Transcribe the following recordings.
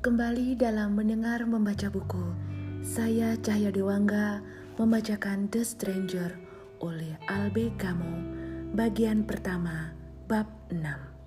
Kembali dalam mendengar membaca buku, saya Cahya Dewangga membacakan The Stranger oleh Albe Camus, bagian pertama, bab 6.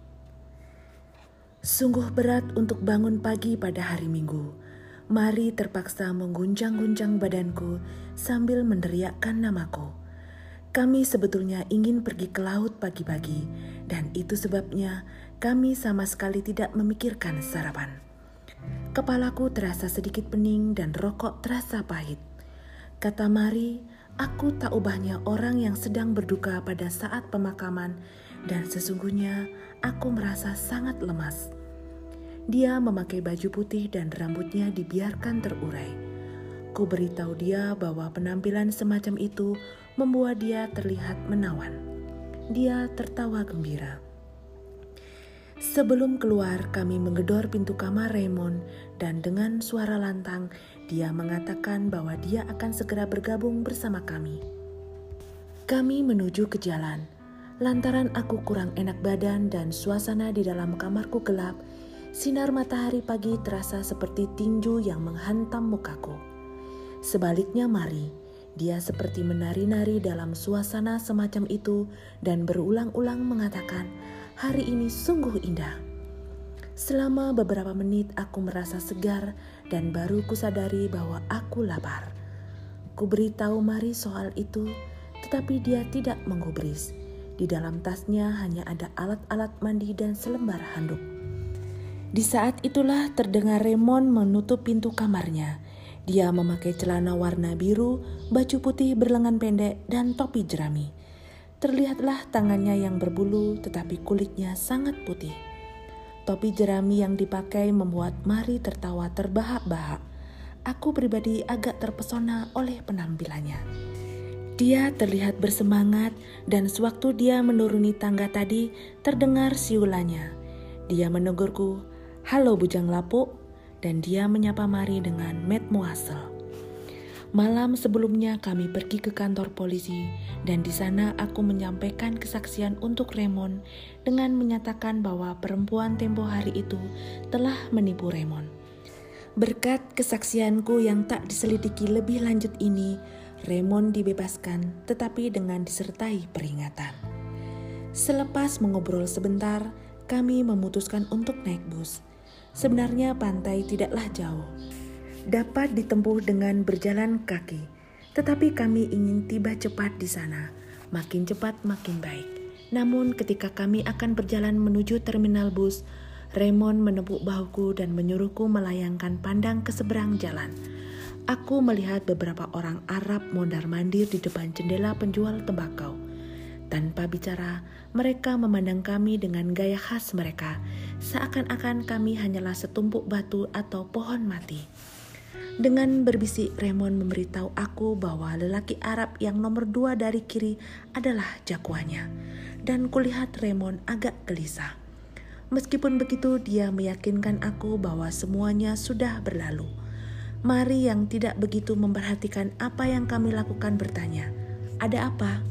Sungguh berat untuk bangun pagi pada hari Minggu. Mari terpaksa mengguncang-guncang badanku sambil meneriakkan namaku. Kami sebetulnya ingin pergi ke laut pagi-pagi, dan itu sebabnya kami sama sekali tidak memikirkan sarapan. Kepalaku terasa sedikit pening dan rokok terasa pahit. Kata Mari, aku tak ubahnya orang yang sedang berduka pada saat pemakaman, dan sesungguhnya aku merasa sangat lemas. Dia memakai baju putih dan rambutnya dibiarkan terurai. Ku beritahu dia bahwa penampilan semacam itu membuat dia terlihat menawan. Dia tertawa gembira. Sebelum keluar, kami menggedor pintu kamar Raymond, dan dengan suara lantang, dia mengatakan bahwa dia akan segera bergabung bersama kami. Kami menuju ke jalan. Lantaran aku kurang enak badan dan suasana di dalam kamarku gelap, sinar matahari pagi terasa seperti tinju yang menghantam mukaku. Sebaliknya Mari, dia seperti menari-nari dalam suasana semacam itu dan berulang-ulang mengatakan, "Hari ini sungguh indah." Selama beberapa menit aku merasa segar dan baru kusadari bahwa aku lapar. Ku beritahu Mari soal itu, tetapi dia tidak menggubris. Di dalam tasnya hanya ada alat-alat mandi dan selembar handuk. Di saat itulah terdengar Raymond menutup pintu kamarnya. Dia memakai celana warna biru, baju putih berlengan pendek, dan topi jerami. Terlihatlah tangannya yang berbulu tetapi kulitnya sangat putih. Topi jerami yang dipakai membuat Mari tertawa terbahak-bahak. Aku pribadi agak terpesona oleh penampilannya. Dia terlihat bersemangat dan sewaktu dia menuruni tangga tadi terdengar siulannya. Dia menegurku, "Halo bujang lapuk," dan dia menyapa Mari dengan Mademoiselle. Malam sebelumnya kami pergi ke kantor polisi dan di sana aku menyampaikan kesaksian untuk Raymond dengan menyatakan bahwa perempuan tempo hari itu telah menipu Raymond. Berkat kesaksianku yang tak diselidiki lebih lanjut ini, Raymond dibebaskan tetapi dengan disertai peringatan. Selepas mengobrol sebentar, kami memutuskan untuk naik bus. Sebenarnya pantai tidaklah jauh. Dapat ditempuh dengan berjalan kaki, tetapi kami ingin tiba cepat di sana. Makin cepat makin baik. Namun ketika kami akan berjalan menuju terminal bus, Raymond menepuk bahuku dan menyuruhku melayangkan pandang ke seberang jalan. Aku melihat beberapa orang Arab mondar-mandir di depan jendela penjual tembakau. Tanpa bicara, mereka memandang kami dengan gaya khas mereka, seakan-akan kami hanyalah setumpuk batu atau pohon mati. Dengan berbisik, Raymond memberitahu aku bahwa lelaki Arab yang nomor 2 dari kiri adalah jagoannya, dan kulihat Raymond agak gelisah. Meskipun begitu, dia meyakinkan aku bahwa semuanya sudah berlalu. Mari yang tidak begitu memperhatikan apa yang kami lakukan bertanya, "Ada apa?"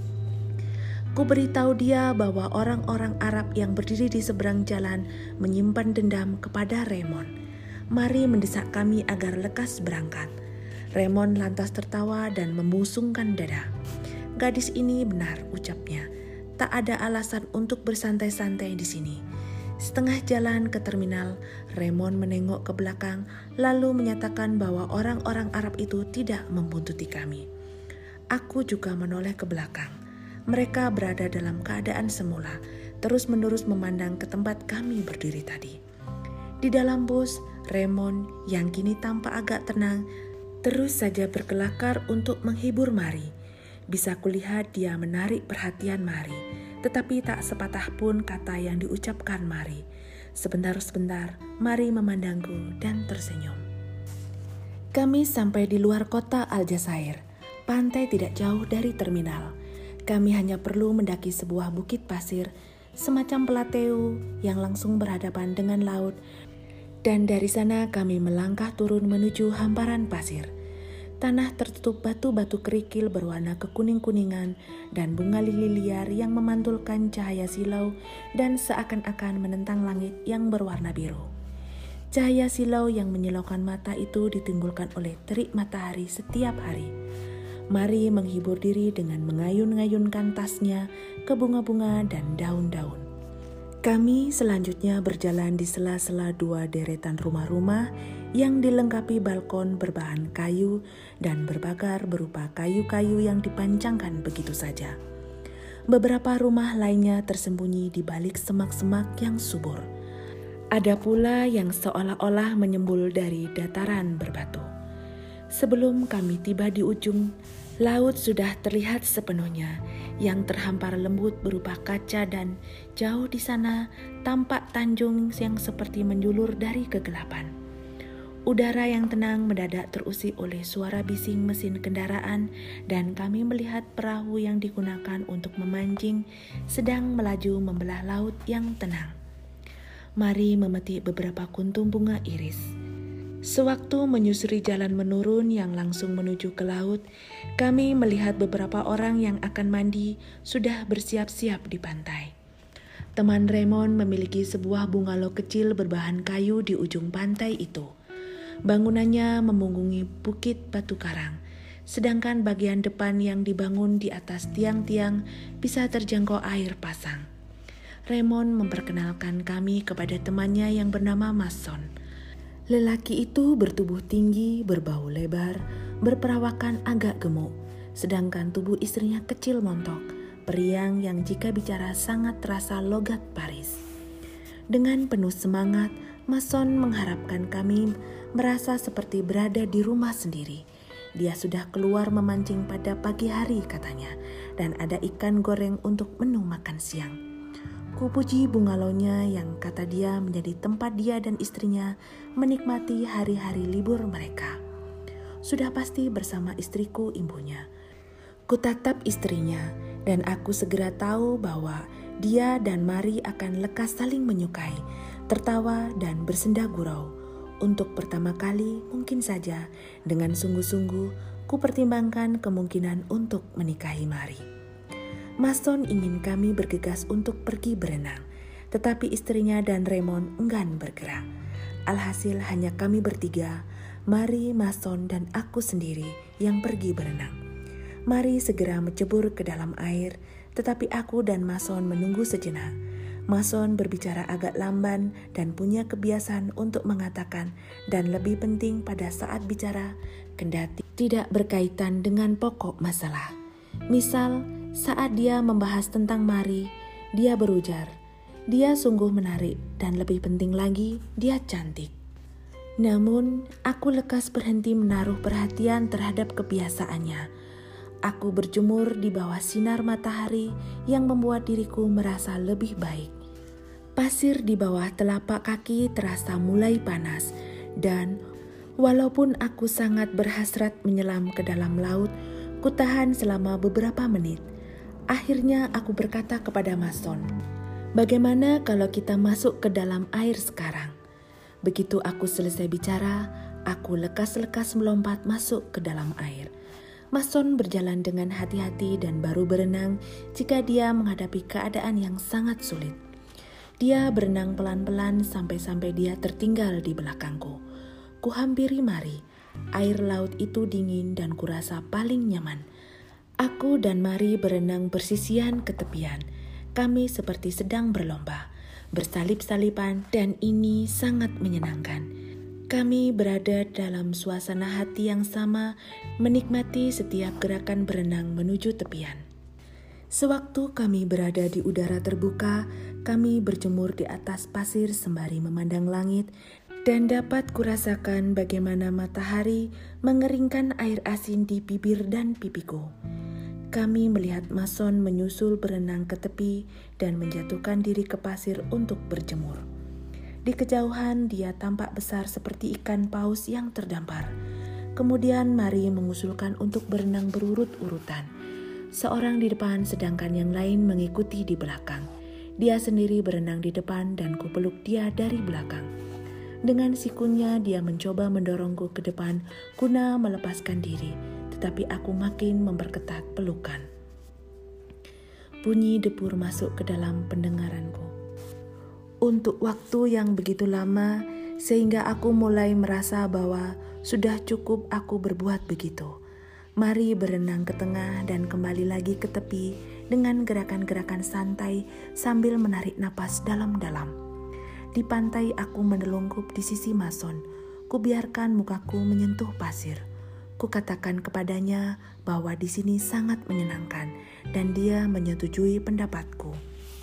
Ku beritahu dia bahwa orang-orang Arab yang berdiri di seberang jalan menyimpan dendam kepada Raymond. Mari mendesak kami agar lekas berangkat. Raymond lantas tertawa dan membusungkan dada. "Gadis ini benar," ucapnya. "Tak ada alasan untuk bersantai-santai di sini." Setengah jalan ke terminal, Raymond menengok ke belakang lalu menyatakan bahwa orang-orang Arab itu tidak membuntuti kami. Aku juga menoleh ke belakang. Mereka berada dalam keadaan semula, terus-menerus memandang ke tempat kami berdiri tadi. Di dalam bus, Raymond yang kini tampak agak tenang, terus saja berkelakar untuk menghibur Mari. Bisa kulihat dia menarik perhatian Mari, tetapi tak sepatah pun kata yang diucapkan Mari. Sebentar-sebentar, Mari memandangku dan tersenyum. Kami sampai di luar kota Aljazair. Pantai tidak jauh dari terminal. Kami hanya perlu mendaki sebuah bukit pasir, semacam pelateu yang langsung berhadapan dengan laut, dan dari sana kami melangkah turun menuju hamparan pasir. Tanah tertutup batu-batu kerikil berwarna kekuning-kuningan dan bunga lili liar yang memantulkan cahaya silau dan seakan-akan menentang langit yang berwarna biru. Cahaya silau yang menyilaukan mata itu ditimbulkan oleh terik matahari setiap hari. Mari menghibur diri dengan mengayun-ngayunkan tasnya ke bunga-bunga dan daun-daun. Kami selanjutnya berjalan di sela-sela dua deretan rumah-rumah yang dilengkapi balkon berbahan kayu dan berpagar berupa kayu-kayu yang dipancangkan begitu saja. Beberapa rumah lainnya tersembunyi di balik semak-semak yang subur. Ada pula yang seolah-olah menyembul dari dataran berbatu. Sebelum kami tiba di ujung, laut sudah terlihat sepenuhnya, yang terhampar lembut berupa kaca, dan jauh di sana tampak tanjung yang seperti menjulur dari kegelapan. Udara yang tenang mendadak terusik oleh suara bising mesin kendaraan, dan kami melihat perahu yang digunakan untuk memancing sedang melaju membelah laut yang tenang. Mari memetik beberapa kuntum bunga iris. Sewaktu menyusuri jalan menurun yang langsung menuju ke laut, kami melihat beberapa orang yang akan mandi sudah bersiap-siap di pantai. Teman Raymond memiliki sebuah bungalow kecil berbahan kayu di ujung pantai itu. Bangunannya memunggungi bukit batu karang, sedangkan bagian depan yang dibangun di atas tiang-tiang bisa terjangkau air pasang. Raymond memperkenalkan kami kepada temannya yang bernama Mason. Lelaki itu bertubuh tinggi, berbau lebar, berperawakan agak gemuk, sedangkan tubuh istrinya kecil montok, periang yang jika bicara sangat terasa logat Paris. Dengan penuh semangat, Mason mengharapkan kami merasa seperti berada di rumah sendiri. Dia sudah keluar memancing pada pagi hari katanya, dan ada ikan goreng untuk menu makan siang. Kupuji bungalownya yang kata dia menjadi tempat dia dan istrinya menikmati hari-hari libur mereka. Sudah pasti bersama istriku imbunya. Kutatap istrinya dan aku segera tahu bahwa dia dan Mari akan lekas saling menyukai, tertawa dan bersenda gurau. Untuk pertama kali mungkin saja dengan sungguh-sungguh ku pertimbangkan kemungkinan untuk menikahi Mari. Mason ingin kami bergegas untuk pergi berenang, tetapi istrinya dan Raymond enggan bergerak. Alhasil hanya kami bertiga, Mari, Mason, dan aku sendiri yang pergi berenang. Mari segera mencebur ke dalam air, tetapi aku dan Mason menunggu sejenak. Mason berbicara agak lamban dan punya kebiasaan untuk mengatakan dan lebih penting pada saat bicara, kendati tidak berkaitan dengan pokok masalah. Misal, saat dia membahas tentang Mari, dia berujar, dia sungguh menarik dan lebih penting lagi, dia cantik. Namun, aku lekas berhenti menaruh perhatian terhadap kebiasaannya. Aku berjemur di bawah sinar matahari yang membuat diriku merasa lebih baik. Pasir di bawah telapak kaki terasa mulai panas, dan walaupun aku sangat berhasrat menyelam ke dalam laut, kutahan selama beberapa menit. Akhirnya aku berkata kepada Mason, "Bagaimana kalau kita masuk ke dalam air sekarang?" Begitu aku selesai bicara, aku lekas-lekas melompat masuk ke dalam air. Mason berjalan dengan hati-hati dan baru berenang jika dia menghadapi keadaan yang sangat sulit. Dia berenang pelan-pelan sampai dia tertinggal di belakangku. Kuhampiri Mari. Air laut itu dingin dan kurasa paling nyaman. Aku dan Mari berenang bersisian ke tepian. Kami seperti sedang berlomba, bersalip-salipan, dan ini sangat menyenangkan. Kami berada dalam suasana hati yang sama, menikmati setiap gerakan berenang menuju tepian. Sewaktu kami berada di udara terbuka, kami berjemur di atas pasir sembari memandang langit, dan dapat kurasakan bagaimana matahari mengeringkan air asin di bibir dan pipiku. Kami melihat Mason menyusul berenang ke tepi dan menjatuhkan diri ke pasir untuk berjemur. Di kejauhan dia tampak besar seperti ikan paus yang terdampar. Kemudian Mari mengusulkan untuk berenang berurut-urutan. Seorang di depan sedangkan yang lain mengikuti di belakang. Dia sendiri berenang di depan dan kupeluk dia dari belakang. Dengan sikunnya dia mencoba mendorongku ke depan guna melepaskan diri, tetapi aku makin memperketat pelukan. Bunyi depur masuk ke dalam pendengaranku. Untuk waktu yang begitu lama, sehingga aku mulai merasa bahwa sudah cukup aku berbuat begitu. Mari berenang ke tengah dan kembali lagi ke tepi dengan gerakan-gerakan santai sambil menarik napas dalam-dalam. Di pantai aku menelungkup di sisi Mason. Kubiarkan mukaku menyentuh pasir. Kukatakan kepadanya bahwa di sini sangat menyenangkan dan dia menyetujui pendapatku.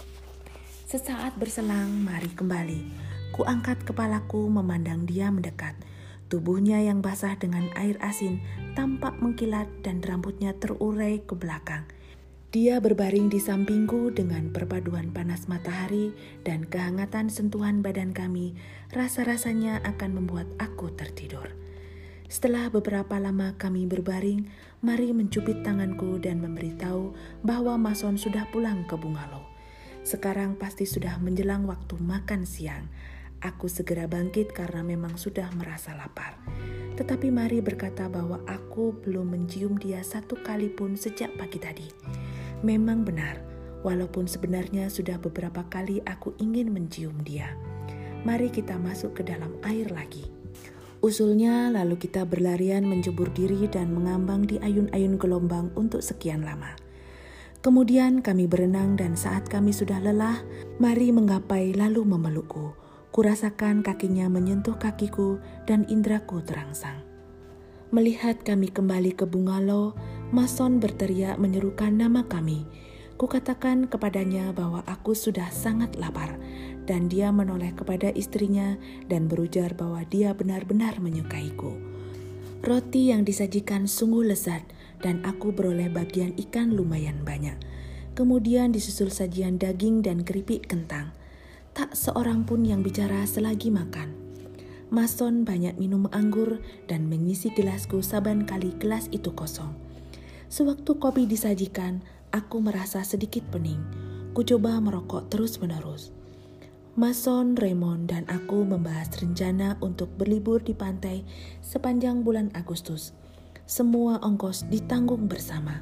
Sesaat berselang, mari kembali. Kuangkat kepalaku memandang dia mendekat. Tubuhnya yang basah dengan air asin tampak mengkilat dan rambutnya terurai ke belakang. Dia berbaring di sampingku dengan perpaduan panas matahari dan kehangatan sentuhan badan kami. Rasa-rasanya akan membuat aku tertidur. Setelah beberapa lama kami berbaring, Mari mencubit tanganku dan memberitahu bahwa Mason sudah pulang ke bungalow. Sekarang pasti sudah menjelang waktu makan siang. Aku segera bangkit karena memang sudah merasa lapar. Tetapi Mari berkata bahwa aku belum mencium dia satu kali pun sejak pagi tadi. Memang benar, walaupun sebenarnya sudah beberapa kali aku ingin mencium dia. Mari kita masuk ke dalam air lagi. Usulnya, lalu kita berlarian menjebur diri dan mengambang di ayun-ayun gelombang untuk sekian lama. Kemudian kami berenang dan saat kami sudah lelah, Mari menggapai lalu memelukku. Kurasakan kakinya menyentuh kakiku dan indraku terangsang. Melihat kami kembali ke bungalow, Mason berteriak menyerukan nama kami. Kukatakan kepadanya bahwa aku sudah sangat lapar dan dia menoleh kepada istrinya dan berujar bahwa dia benar-benar menyukaiku. Roti yang disajikan sungguh lezat dan aku beroleh bagian ikan lumayan banyak. Kemudian disusul sajian daging dan keripik kentang. Tak seorang pun yang bicara selagi makan. Mason banyak minum anggur dan mengisi gelasku saban kali gelas itu kosong. Sewaktu kopi disajikan, aku merasa sedikit pening. Kucoba merokok terus-menerus. Mason, Raymond, dan aku membahas rencana untuk berlibur di pantai sepanjang bulan Agustus. Semua ongkos ditanggung bersama.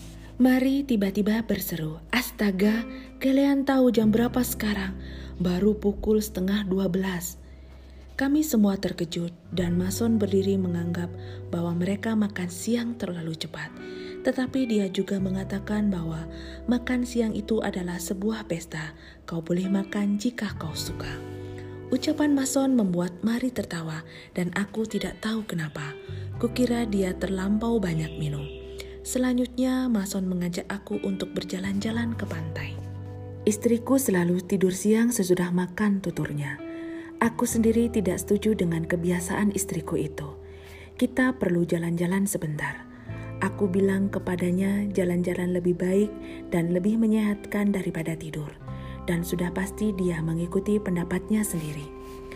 Mari tiba-tiba berseru, "Astaga, kalian tahu jam berapa sekarang? Baru pukul 11:30. Kami semua terkejut dan Mason berdiri menganggap bahwa mereka makan siang terlalu cepat. Tetapi dia juga mengatakan bahwa makan siang itu adalah sebuah pesta. Kau boleh makan jika kau suka. Ucapan Mason membuat Mari tertawa dan aku tidak tahu kenapa. Kukira dia terlampau banyak minum. Selanjutnya Mason mengajak aku untuk berjalan-jalan ke pantai. Istriku selalu tidur siang sesudah makan, tuturnya. Aku sendiri tidak setuju dengan kebiasaan istriku itu. Kita perlu jalan-jalan sebentar. Aku bilang kepadanya jalan-jalan lebih baik dan lebih menyehatkan daripada tidur. Dan sudah pasti dia mengikuti pendapatnya sendiri.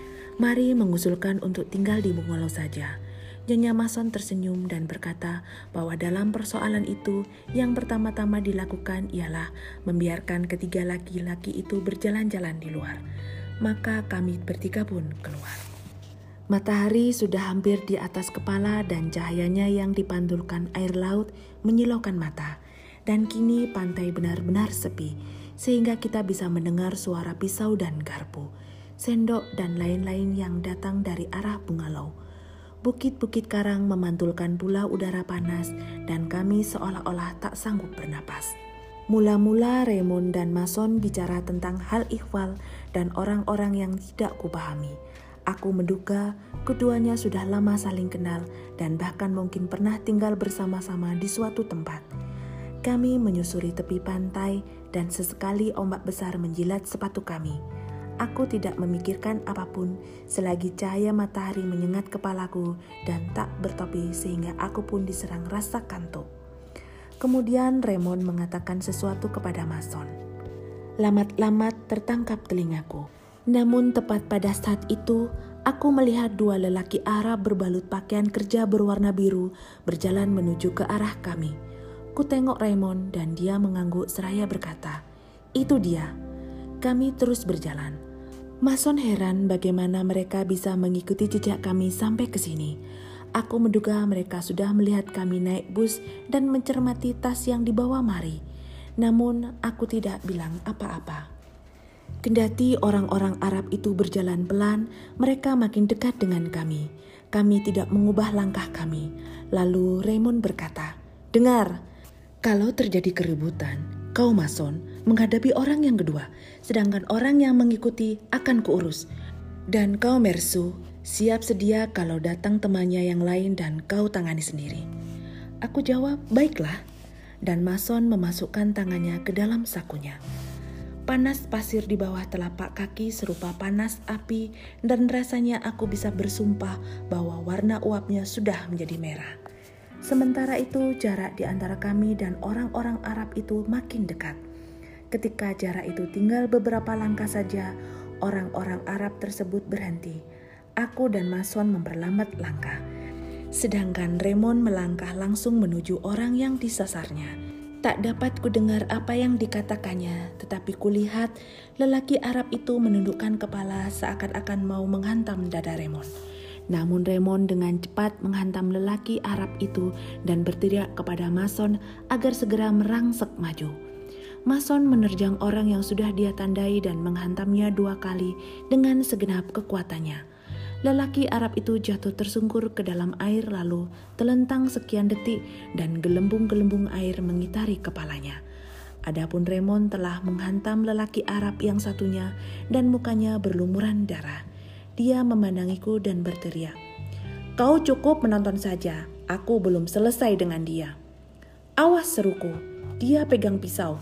Mari mengusulkan untuk tinggal di bungalow saja. Nyonya Mason tersenyum dan berkata bahwa dalam persoalan itu yang pertama-tama dilakukan ialah membiarkan ketiga laki-laki itu berjalan-jalan di luar. Maka kami bertiga pun keluar. Matahari sudah hampir di atas kepala dan cahayanya yang dipantulkan air laut menyilaukan mata. Dan kini pantai benar-benar sepi, sehingga kita bisa mendengar suara pisau dan garpu, sendok dan lain-lain yang datang dari arah bungalow. Bukit-bukit karang memantulkan pula udara panas dan kami seolah-olah tak sanggup bernapas. Mula-mula Raymond dan Mason bicara tentang hal ihwal dan orang-orang yang tidak kupahami. Aku menduga keduanya sudah lama saling kenal dan bahkan mungkin pernah tinggal bersama-sama di suatu tempat. Kami menyusuri tepi pantai dan sesekali ombak besar menjilat sepatu kami. Aku tidak memikirkan apapun selagi cahaya matahari menyengat kepalaku dan tak bertopi sehingga aku pun diserang rasa kantuk. Kemudian Raymond mengatakan sesuatu kepada Mason. Lamat-lamat tertangkap telingaku. Namun tepat pada saat itu, aku melihat dua lelaki Arab berbalut pakaian kerja berwarna biru berjalan menuju ke arah kami. Ku tengok Raymond dan dia mengangguk seraya berkata, "Itu dia." Kami terus berjalan. Mason heran bagaimana mereka bisa mengikuti jejak kami sampai ke sini. Aku menduga mereka sudah melihat kami naik bus dan mencermati tas yang dibawa Mari. Namun aku tidak bilang apa-apa. Kendati orang-orang Arab itu berjalan pelan, mereka makin dekat dengan kami. Kami tidak mengubah langkah kami. Lalu Raymond berkata, "Dengar, kalau terjadi keributan, kau Mason menghadapi orang yang kedua, sedangkan orang yang mengikuti akan kuurus. Dan kau Mersu, siap sedia kalau datang temannya yang lain dan kau tangani sendiri." Aku jawab, "Baiklah." Dan Mason memasukkan tangannya ke dalam sakunya. Panas pasir di bawah telapak kaki serupa panas api, dan rasanya aku bisa bersumpah bahwa warna uapnya sudah menjadi merah. Sementara itu jarak di antara kami dan orang-orang Arab itu makin dekat. Ketika jarak itu tinggal beberapa langkah saja, orang-orang Arab tersebut berhenti. Aku dan Mason memperlambat langkah, sedangkan Raymond melangkah langsung menuju orang yang disasarnya. Tak dapat kudengar apa yang dikatakannya, tetapi kulihat lelaki Arab itu menundukkan kepala seakan-akan mau menghantam dada Raymond. Namun Raymond dengan cepat menghantam lelaki Arab itu dan berteriak kepada Mason agar segera merangsek maju. Mason menerjang orang yang sudah dia tandai dan menghantamnya 2 kali dengan segenap kekuatannya. Lelaki Arab itu jatuh tersungkur ke dalam air lalu telentang sekian detik dan gelembung-gelembung air mengitari kepalanya. Adapun Raymond telah menghantam lelaki Arab yang satunya dan mukanya berlumuran darah. Dia memandangiku dan berteriak, "Kau cukup menonton saja, aku belum selesai dengan dia." "Awas," seruku, "dia pegang pisau."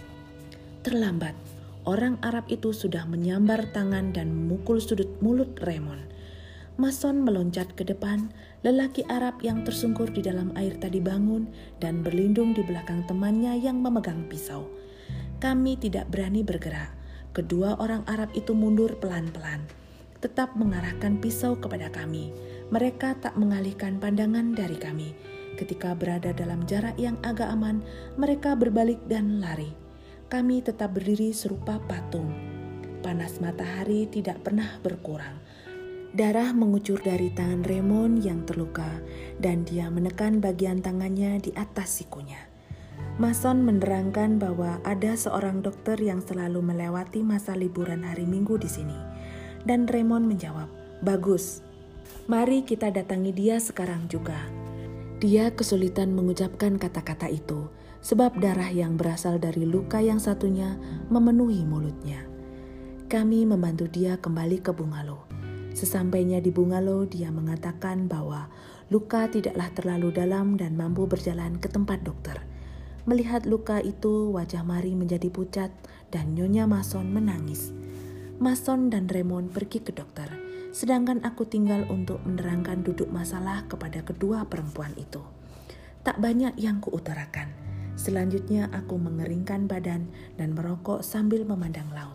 Terlambat, orang Arab itu sudah menyambar tangan dan memukul sudut mulut Raymond. Mason meloncat ke depan, lelaki Arab yang tersungkur di dalam air tadi bangun dan berlindung di belakang temannya yang memegang pisau. Kami tidak berani bergerak. Kedua orang Arab itu mundur pelan-pelan, tetap mengarahkan pisau kepada kami. Mereka tak mengalihkan pandangan dari kami. Ketika berada dalam jarak yang agak aman, mereka berbalik dan lari. Kami tetap berdiri serupa patung. Panas matahari tidak pernah berkurang. Darah mengucur dari tangan Raymond yang terluka dan dia menekan bagian tangannya di atas sikunya. Mason menerangkan bahwa ada seorang dokter yang selalu melewati masa liburan hari Minggu di sini. Dan Raymond menjawab, "Bagus, mari kita datangi dia sekarang juga." Dia kesulitan mengucapkan kata-kata itu sebab darah yang berasal dari luka yang satunya memenuhi mulutnya. Kami membantu dia kembali ke bungalow. Sesampainya di bungalow, dia mengatakan bahwa luka tidaklah terlalu dalam dan mampu berjalan ke tempat dokter. Melihat luka itu, wajah Mary menjadi pucat dan Nyonya Mason menangis. Mason dan Raymond pergi ke dokter, sedangkan aku tinggal untuk menerangkan duduk masalah kepada kedua perempuan itu. Tak banyak yang kuutarakan. Selanjutnya aku mengeringkan badan dan merokok sambil memandang laut.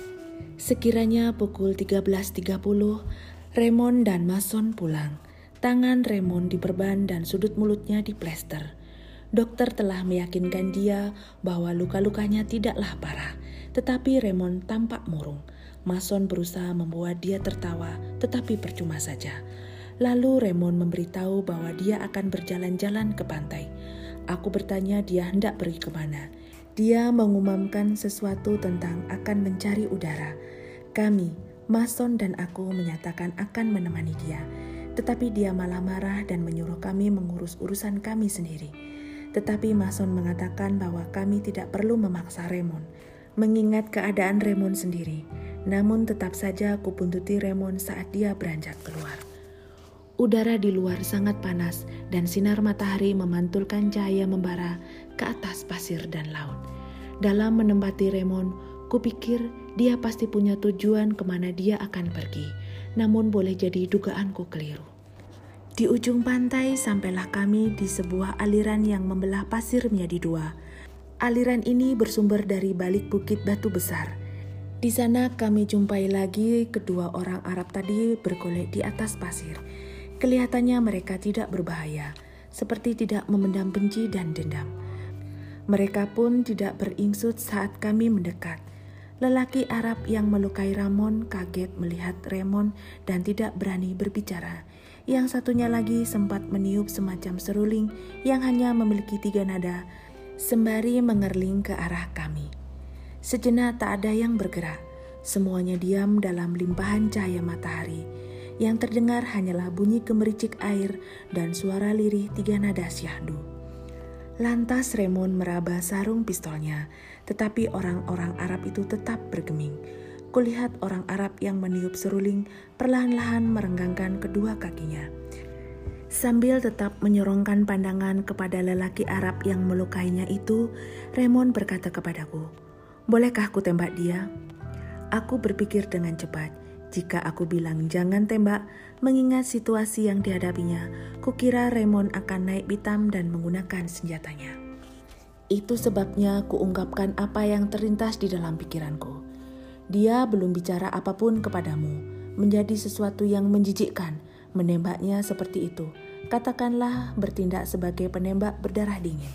Sekiranya pukul 13.30, Raymond dan Mason pulang. Tangan Raymond diperban dan sudut mulutnya diplester. Dokter telah meyakinkan dia bahwa luka-lukanya tidaklah parah, tetapi Raymond tampak murung. Mason berusaha membuat dia tertawa, tetapi percuma saja. Lalu Raymond memberitahu bahwa dia akan berjalan-jalan ke pantai. Aku bertanya dia hendak pergi kemana. Dia mengumumkan sesuatu tentang akan mencari udara. Kami, Mason dan aku menyatakan akan menemani dia. Tetapi dia malah marah dan menyuruh kami mengurus urusan kami sendiri. Tetapi Mason mengatakan bahwa kami tidak perlu memaksa Raymond, mengingat keadaan Raymond sendiri. Namun tetap saja aku buntuti Raymond saat dia beranjak keluar. Udara di luar sangat panas dan sinar matahari memantulkan cahaya membara ke atas pasir dan laut. Dalam menempati Raymond, kupikir dia pasti punya tujuan kemana dia akan pergi. Namun boleh jadi dugaanku keliru. Di ujung pantai sampailah kami di sebuah aliran yang membelah pasir menjadi 2. Aliran ini bersumber dari balik bukit batu besar. Di sana kami jumpai lagi kedua orang Arab tadi bergolek di atas pasir. Kelihatannya mereka tidak berbahaya, seperti tidak memendam benci dan dendam. Mereka pun tidak beringsut saat kami mendekat. Lelaki Arab yang melukai Ramon kaget melihat Raymond dan tidak berani berbicara. Yang satunya lagi sempat meniup semacam seruling yang hanya memiliki 3 nada, sembari mengerling ke arah kami. Sejenak tak ada yang bergerak. Semuanya diam dalam limpahan cahaya matahari. Yang terdengar hanyalah bunyi gemericik air dan suara lirih 3 nada syahdu. Lantas Raymond meraba sarung pistolnya, tetapi orang-orang Arab itu tetap bergeming. Kulihat orang Arab yang meniup seruling perlahan-lahan merenggangkan kedua kakinya. Sambil tetap menyorongkan pandangan kepada lelaki Arab yang melukainya itu, Raymond berkata kepadaku, "Bolehkah ku tembak dia?" Aku berpikir dengan cepat. Jika aku bilang jangan tembak, mengingat situasi yang dihadapinya, kukira Raymond akan naik pitam dan menggunakan senjatanya. Itu sebabnya kuungkapkan apa yang terlintas di dalam pikiranku. Dia belum bicara apapun kepadamu, menjadi sesuatu yang menjijikkan, menembaknya seperti itu. Katakanlah bertindak sebagai penembak berdarah dingin.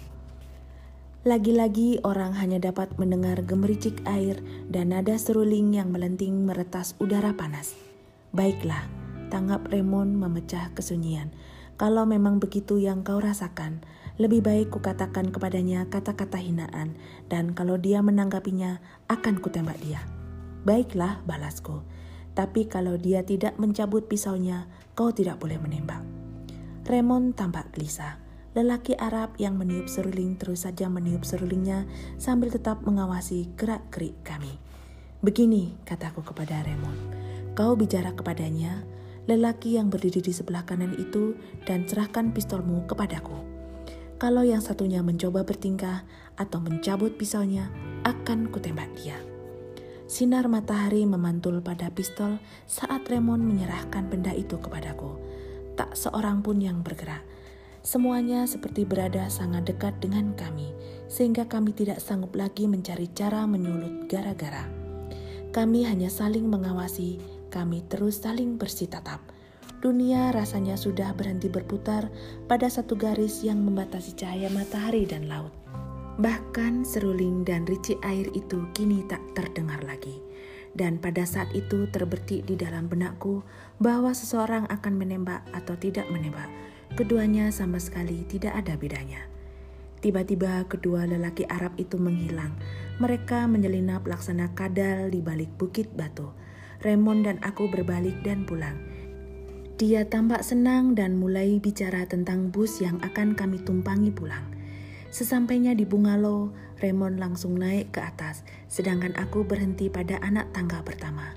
Lagi-lagi orang hanya dapat mendengar gemericik air dan nada seruling yang melenting meretas udara panas. "Baiklah," tanggap Raymond memecah kesunyian. "Kalau memang begitu yang kau rasakan, lebih baik kukatakan kepadanya kata-kata hinaan, dan kalau dia menanggapinya, akan kutembak dia." "Baiklah," balasku. "Tapi kalau dia tidak mencabut pisaunya, kau tidak boleh menembak." Raymond tampak gelisah. Lelaki Arab yang meniup seruling terus saja meniup serulingnya sambil tetap mengawasi gerak-gerik kami. "Begini," kataku kepada Raymond, "kau bicara kepadanya, lelaki yang berdiri di sebelah kanan itu, dan serahkan pistolmu kepadaku. Kalau yang satunya mencoba bertingkah atau mencabut pisaunya, akan kutembak dia." Sinar matahari memantul pada pistol saat Raymond menyerahkan benda itu kepadaku. Tak seorang pun yang bergerak. Semuanya seperti berada sangat dekat dengan kami, sehingga kami tidak sanggup lagi mencari cara menyulut gara-gara. Kami hanya saling mengawasi, kami terus saling bersitatap. Dunia rasanya sudah berhenti berputar pada satu garis yang membatasi cahaya matahari dan laut. Bahkan seruling dan ricik air itu kini tak terdengar lagi. Dan pada saat itu terbetik di dalam benakku bahwa seseorang akan menembak atau tidak menembak. Keduanya sama sekali tidak ada bedanya. Tiba-tiba kedua lelaki Arab itu menghilang. Mereka menyelinap laksana kadal di balik bukit batu. Raymond dan aku berbalik dan pulang. Dia tampak senang dan mulai bicara tentang bus yang akan kami tumpangi pulang. Sesampainya di bungalow, Raymond langsung naik ke atas, sedangkan aku berhenti pada anak tangga pertama.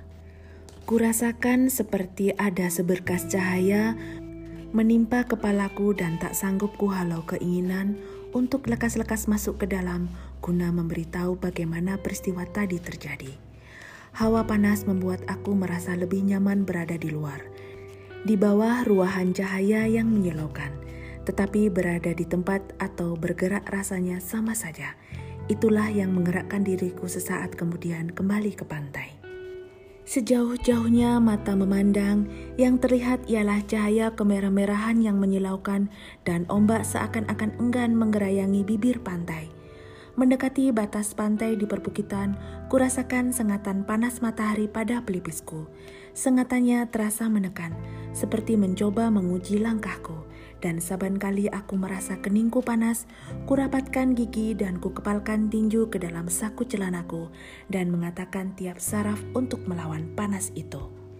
Kurasakan seperti ada seberkas cahaya menimpa kepalaku dan tak sanggup kuhalau keinginan untuk lekas-lekas masuk ke dalam guna memberitahu bagaimana peristiwa tadi terjadi. Hawa panas membuat aku merasa lebih nyaman berada di luar, di bawah ruahan cahaya yang menyilaukan. Tetapi berada di tempat atau bergerak rasanya sama saja. Itulah yang menggerakkan diriku sesaat kemudian kembali ke pantai. Sejauh-jauhnya mata memandang, yang terlihat ialah cahaya kemerah-merahan yang menyilaukan dan ombak seakan-akan enggan menggerayangi bibir pantai. Mendekati batas pantai di perbukitan, kurasakan sengatan panas matahari pada pelipisku. Sengatannya terasa menekan, seperti mencoba menguji langkahku. Dan saban kali aku merasa keningku panas, kurapatkan gigi dan kukepalkan tinju ke dalam saku celanaku dan mengatakan tiap saraf untuk melawan panas itu.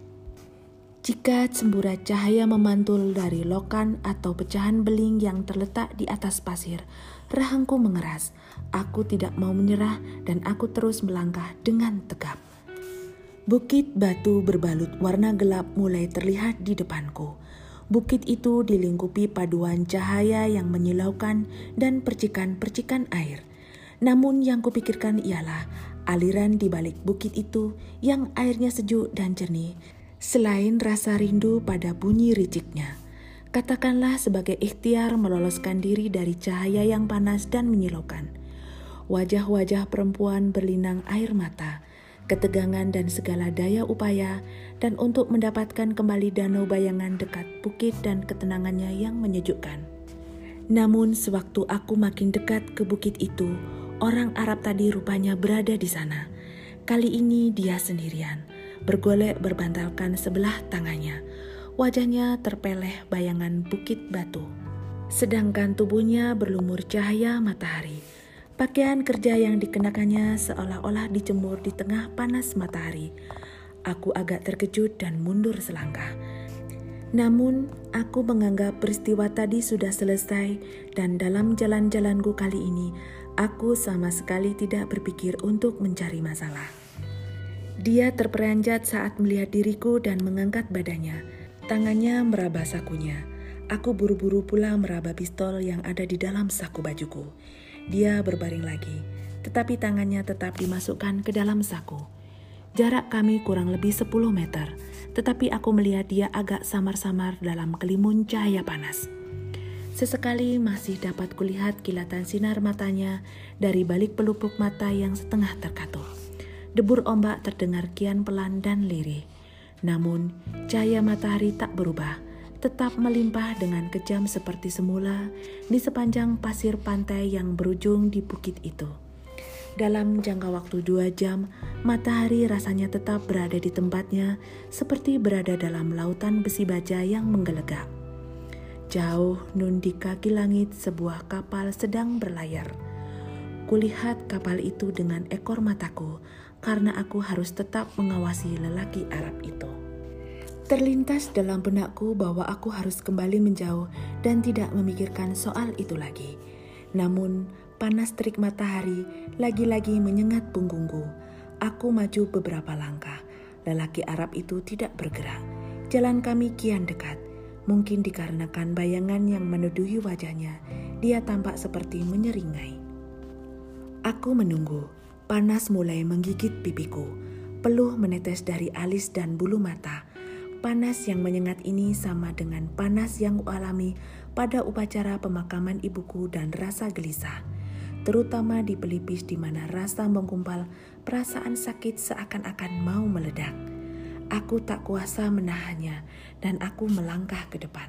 Jika semburat cahaya memantul dari lokan atau pecahan beling yang terletak di atas pasir, rahangku mengeras. Aku tidak mau menyerah dan aku terus melangkah dengan tegap. Bukit batu berbalut warna gelap mulai terlihat di depanku. Bukit itu dilingkupi paduan cahaya yang menyilaukan dan percikan-percikan air. Namun yang kupikirkan ialah aliran di balik bukit itu yang airnya sejuk dan jernih, selain rasa rindu pada bunyi riciknya. Katakanlah sebagai ikhtiar meloloskan diri dari cahaya yang panas dan menyilaukan. Wajah-wajah perempuan berlinang air mata, ketegangan dan segala daya upaya, dan untuk mendapatkan kembali danau bayangan dekat bukit dan ketenangannya yang menyejukkan. Namun sewaktu aku makin dekat ke bukit itu, orang Arab tadi rupanya berada di sana. Kali ini dia sendirian, bergolek berbantalkan sebelah tangannya. Wajahnya terpeleh bayangan bukit batu, sedangkan tubuhnya berlumur cahaya matahari. Pakaian kerja yang dikenakannya seolah-olah dijemur di tengah panas matahari. Aku agak terkejut dan mundur selangkah. Namun, aku menganggap peristiwa tadi sudah selesai dan dalam jalan-jalanku kali ini, aku sama sekali tidak berpikir untuk mencari masalah. Dia terperanjat saat melihat diriku dan mengangkat badannya. Tangannya meraba sakunya. Aku buru-buru pula meraba pistol yang ada di dalam saku bajuku. Dia berbaring lagi, tetapi tangannya tetap dimasukkan ke dalam saku. Jarak kami kurang lebih 10 meter, tetapi aku melihat dia agak samar-samar dalam kelimun cahaya panas. Sesekali masih dapat kulihat kilatan sinar matanya dari balik pelupuk mata yang setengah terkatup. Debur ombak terdengar kian pelan dan lirih. Namun, cahaya matahari tak berubah, tetap melimpah dengan kejam seperti semula di sepanjang pasir pantai yang berujung di bukit itu. Dalam jangka waktu 2 jam, matahari rasanya tetap berada di tempatnya seperti berada dalam lautan besi baja yang menggelegak. Jauh nun di kaki langit sebuah kapal sedang berlayar. Kulihat kapal itu dengan ekor mataku karena aku harus tetap mengawasi lelaki Arab itu. Terlintas dalam benakku bahwa aku harus kembali menjauh dan tidak memikirkan soal itu lagi. Namun, panas terik matahari lagi-lagi menyengat punggungku. Aku maju beberapa langkah. Lelaki Arab itu tidak bergerak. Jalan kami kian dekat. Mungkin dikarenakan bayangan yang menuduhi wajahnya, dia tampak seperti menyeringai. Aku menunggu. Panas mulai menggigit pipiku. Peluh menetes dari alis dan bulu mata. Panas yang menyengat ini sama dengan panas yang kualami pada upacara pemakaman ibuku dan rasa gelisah, terutama di pelipis di mana rasa menggumpal, perasaan sakit seakan-akan mau meledak. Aku tak kuasa menahannya dan aku melangkah ke depan.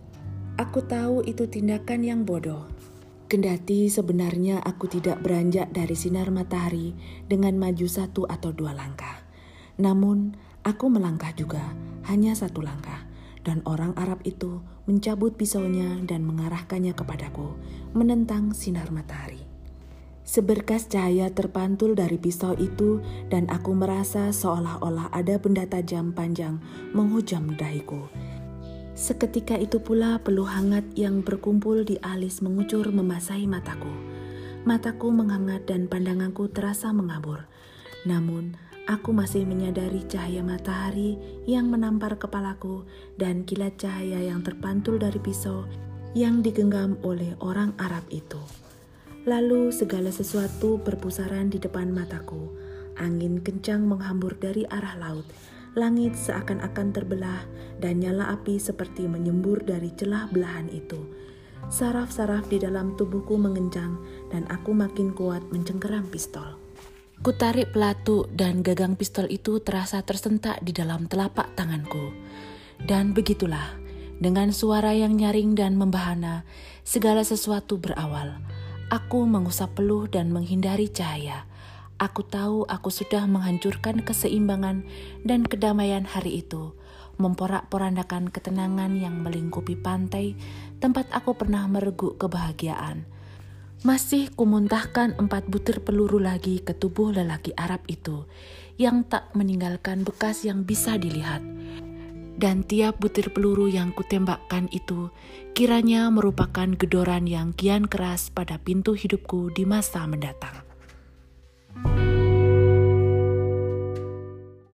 Aku tahu itu tindakan yang bodoh. Kendati sebenarnya aku tidak beranjak dari sinar matahari dengan maju 1 atau 2 langkah. Namun, aku melangkah juga, hanya 1 langkah, dan orang Arab itu mencabut pisaunya dan mengarahkannya kepadaku, menentang sinar matahari. Seberkas cahaya terpantul dari pisau itu dan aku merasa seolah-olah ada benda tajam panjang menghujam dahiku. Seketika itu pula peluh hangat yang berkumpul di alis mengucur membasahi mataku. Mataku menghangat dan pandanganku terasa mengabur. Namun, aku masih menyadari cahaya matahari yang menampar kepalaku dan kilat cahaya yang terpantul dari pisau yang digenggam oleh orang Arab itu. Lalu segala sesuatu berpusaran di depan mataku. Angin kencang menghambur dari arah laut. Langit seakan-akan terbelah dan nyala api seperti menyembur dari celah belahan itu. Saraf-saraf di dalam tubuhku mengencang dan aku makin kuat mencengkeram pistol. Kutarik pelatu dan gagang pistol itu terasa tersentak di dalam telapak tanganku. Dan begitulah, dengan suara yang nyaring dan membahana, segala sesuatu berawal. Aku mengusap peluh dan menghindari cahaya. Aku tahu aku sudah menghancurkan keseimbangan dan kedamaian hari itu, memporak-porandakan ketenangan yang melingkupi pantai tempat aku pernah mereguk kebahagiaan. Masih kumuntahkan 4 butir peluru lagi ke tubuh lelaki Arab itu, yang tak meninggalkan bekas yang bisa dilihat. Dan tiap butir peluru yang kutembakkan itu kiranya merupakan gedoran yang kian keras pada pintu hidupku di masa mendatang.